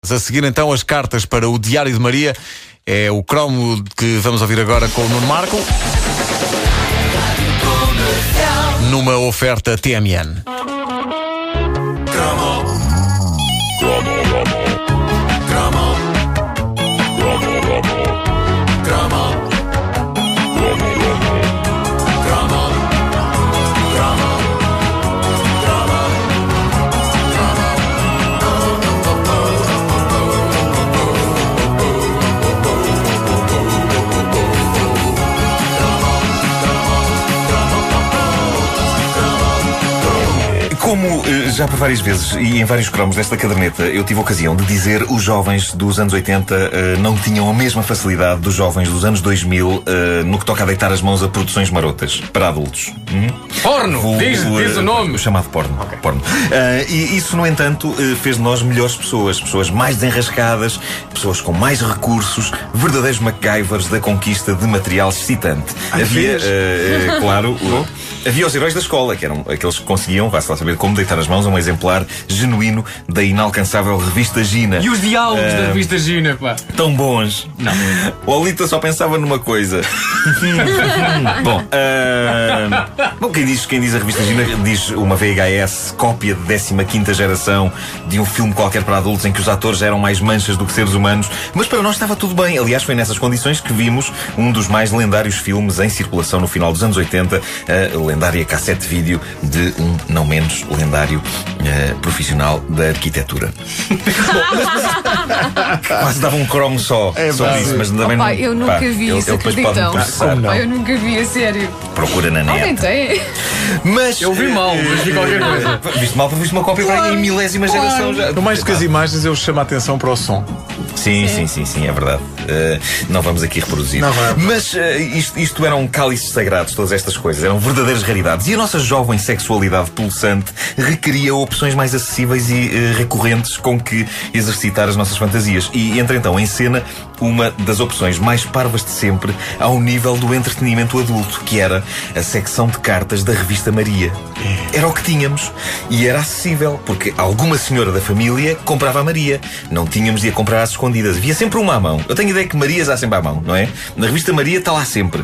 A seguir então as cartas para o Diário de Maria. É o cromo que vamos ouvir agora com o Nuno Marco. Numa oferta TMN. Como já por várias vezes e em vários cromos desta caderneta eu tive a ocasião de dizer, os jovens dos anos 80 não tinham a mesma facilidade dos jovens dos anos 2000 no que toca a deitar as mãos a produções marotas para adultos. Porno! Diz o nome! O chamado porno. Okay. Porno. E isso, no entanto, fez de nós melhores pessoas. Pessoas mais desenrascadas, pessoas com mais recursos, verdadeiros MacGyvers da conquista de material excitante. Havia, claro... Havia os heróis da escola, que eram aqueles que conseguiam, vá-se lá saber como, deitar as mãos a um exemplar genuíno da inalcançável revista Gina. E os diálogos da revista Gina, pá. Tão bons. Não. O Olita só pensava numa coisa. Bom, quem diz a revista Gina diz uma VHS cópia de 15ª geração de um filme qualquer para adultos em que os atores eram mais manchas do que seres humanos. Mas para nós estava tudo bem. Aliás, foi nessas condições que vimos um dos mais lendários filmes em circulação no final dos anos 80, a lendária cassete vídeo de um não menos lendário profissional da arquitetura. Quase dava um cromo só sobre isso, mas também não. Eu nunca vi isso, acreditam? Eu nunca vi, a sério. Procura na net. Alguém tem? Mas eu vi mal, mas vi qualquer coisa. Viste mal porque viste uma cópia para em milésima geração já. No mais do que as imagens, eu chamo a atenção para o som. Sim, é verdade. Não vamos aqui reproduzir. Mas isto eram cálices sagrados, todas estas coisas. Eram verdadeiras raridades. E a nossa jovem sexualidade pulsante requeria opções mais acessíveis e recorrentes com que exercitar as nossas fantasias. E entra então em cena uma das opções mais parvas de sempre ao nível do entretenimento adulto, que era a secção de cartas da revista Maria. Era o que tínhamos. E era acessível, porque alguma senhora da família comprava a Maria. Não tínhamos de a comprar às escondidas. Havia sempre uma à mão. Eu tenho a ideia que Marias há sempre à mão, não é? Na revista Maria está lá sempre.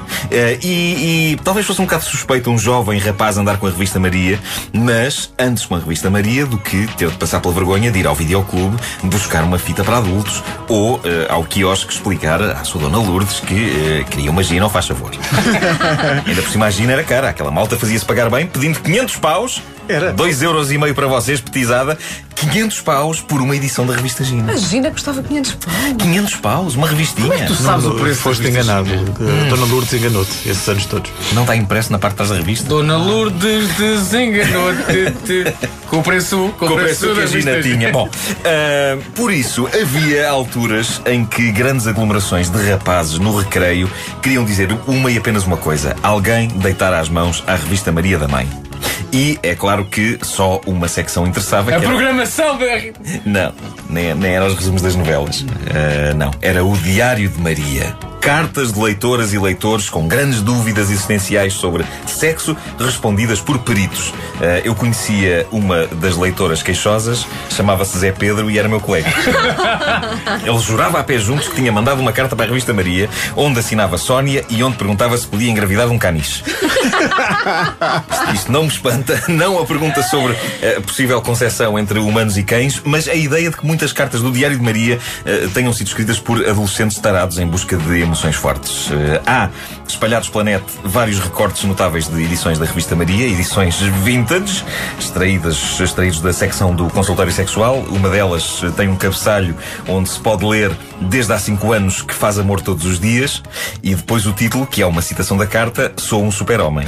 E talvez fosse um bocado suspeito um jovem rapaz andar com a revista Maria, mas antes com a revista Maria do que ter de passar pela vergonha de ir ao videoclube buscar uma fita para adultos ou ao quiosque explicar à sua dona Lourdes que queria uma Gina, ou faz favor. Ainda por cima a Gina era cara. Aquela malta fazia-se pagar bem, pedindo 500 paus. Era 2,5€ para vocês, petizada. 500 paus por uma edição da revista Gina. A Gina custava 500 paus. 500 paus? Uma revistinha? Como é que tu sabes o preço? Foste enganado. Dona Lourdes enganou-te esses anos todos. Não está impresso na parte de trás da revista? Dona Lourdes desenganou-te com o preço que a Gina tinha. Bom, por isso havia alturas em que grandes aglomerações de rapazes no recreio queriam dizer uma e apenas uma coisa: alguém deitar as mãos à revista Maria da Mãe. E é claro que só uma secção interessava. A programação da... Não, nem era os resumos das novelas. Não, era o Diário de Maria. Cartas de leitoras e leitores com grandes dúvidas existenciais sobre sexo, respondidas por peritos. Eu conhecia uma das leitoras queixosas, chamava-se Zé Pedro e era meu colega. Ele jurava a pé juntos que tinha mandado uma carta para a revista Maria, onde assinava Sónia e onde perguntava se podia engravidar de um caniche. Isto não me espanta, não a pergunta sobre a possível concepção entre humanos e cães, mas a ideia de que muitas cartas do Diário de Maria tenham sido escritas por adolescentes tarados em busca de emoções fortes. Há, espalhados pela net, vários recortes notáveis de edições da revista Maria, edições vintage, extraídos da secção do consultório sexual. Uma delas tem um cabeçalho onde se pode ler desde há 5 anos que faz amor todos os dias, e depois o título, que é uma citação da carta: sou um super-homem.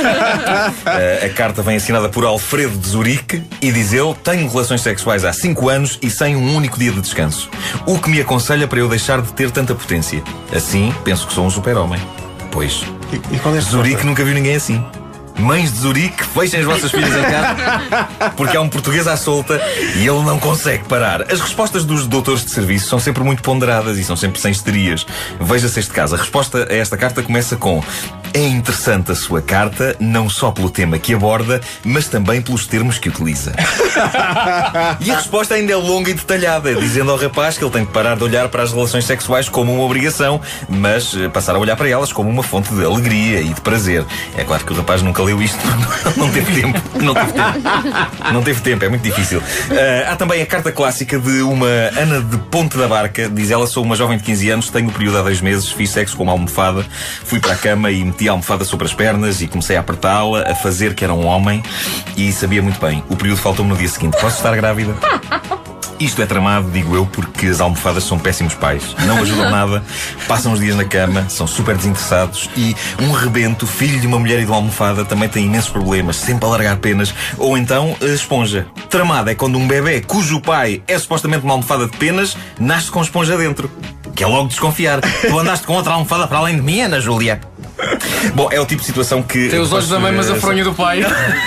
A carta vem assinada por Alfredo de Zurique e diz ele: tenho relações sexuais há 5 anos e sem um único dia de descanso. O que me aconselha para eu deixar de ter tanta potência. Assim, penso que sou um super-homem. Pois. E qual é a Zurique nunca viu ninguém assim. Mães de Zurique, fechem as vossas filhas em casa, porque há um português à solta e ele não consegue parar. As respostas dos doutores de serviço são sempre muito ponderadas e são sempre sem histerias. Veja-se este caso. A resposta a esta carta começa com: é interessante a sua carta, não só pelo tema que aborda, mas também pelos termos que utiliza. E a resposta ainda é longa e detalhada, dizendo ao rapaz que ele tem de parar de olhar para as relações sexuais como uma obrigação, mas passar a olhar para elas como uma fonte de alegria e de prazer. É claro que o rapaz nunca leu isto, não teve tempo. Não teve tempo, é muito difícil. Há também a carta clássica de uma Ana de Ponte da Barca. Diz ela: sou uma jovem de 15 anos, tenho o período há 2 meses, fiz sexo com uma almofada, fui para a cama e meti a almofada sobre as pernas e comecei a apertá-la, a fazer que era um homem, e sabia muito bem. O período faltou-me no dia seguinte. Posso estar grávida? Isto é tramado, digo eu, porque as almofadas são péssimos pais. Não ajudam nada, passam os dias na cama, são super desinteressados e um rebento, filho de uma mulher e de uma almofada, também tem imensos problemas, sempre a largar penas. Ou então, a esponja. Tramado é quando um bebê cujo pai é supostamente uma almofada de penas nasce com esponja dentro. Que é logo desconfiar. Tu andaste com outra almofada para além de mim, Ana Júlia? Bom, é o tipo de situação que... Tem os olhos da mãe, mas a fronha do pai.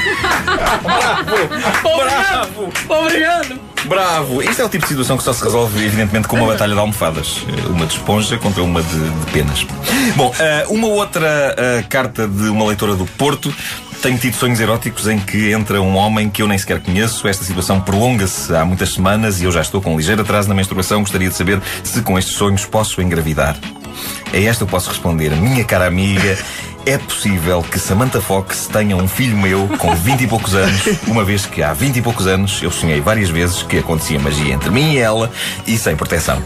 Bravo! Obrigado! Bravo! Isto é o tipo de situação que só se resolve, evidentemente, com uma batalha de almofadas. Uma de esponja contra uma de penas. Bom, uma outra carta de uma leitora do Porto. Tenho tido sonhos eróticos em que entra um homem que eu nem sequer conheço. Esta situação prolonga-se há muitas semanas e eu já estou com um ligeiro atraso na menstruação. Gostaria de saber se com estes sonhos posso engravidar. A esta eu posso responder: minha cara amiga, é possível que Samantha Fox tenha um filho meu com 20 e poucos anos, uma vez que há 20 e poucos anos eu sonhei várias vezes que acontecia magia entre mim e ela e sem proteção.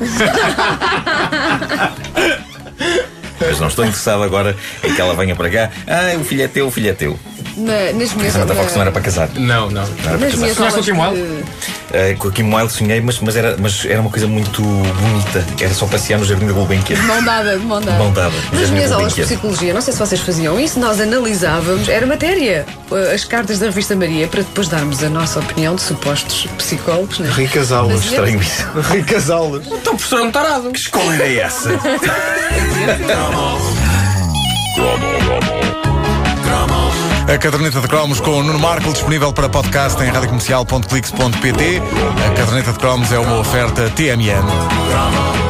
Mas não estou interessado agora em que ela venha para cá. O filho é teu, o filho é teu. Nas minhas Samantha Fox não era para casar. Não. Sonhaste com o Kim Wilde? Com a Kim Wilde sonhei, mas era uma coisa muito bonita. Era só passear no Jardim da Gulbenkian. De mão dada. Nas minhas aulas de psicologia, não sei se vocês faziam isso, nós analisávamos, era matéria, as cartas da revista Maria, para depois darmos a nossa opinião de supostos psicólogos, né? Ricas aulas. Estranho isso. Ricas aulas. Então o professor é um tarado. Que escola era essa? A caderneta de cromos com o Nuno Marco, disponível para podcast em radiocomercial.clix.pt. A caderneta de cromos é uma oferta TMN.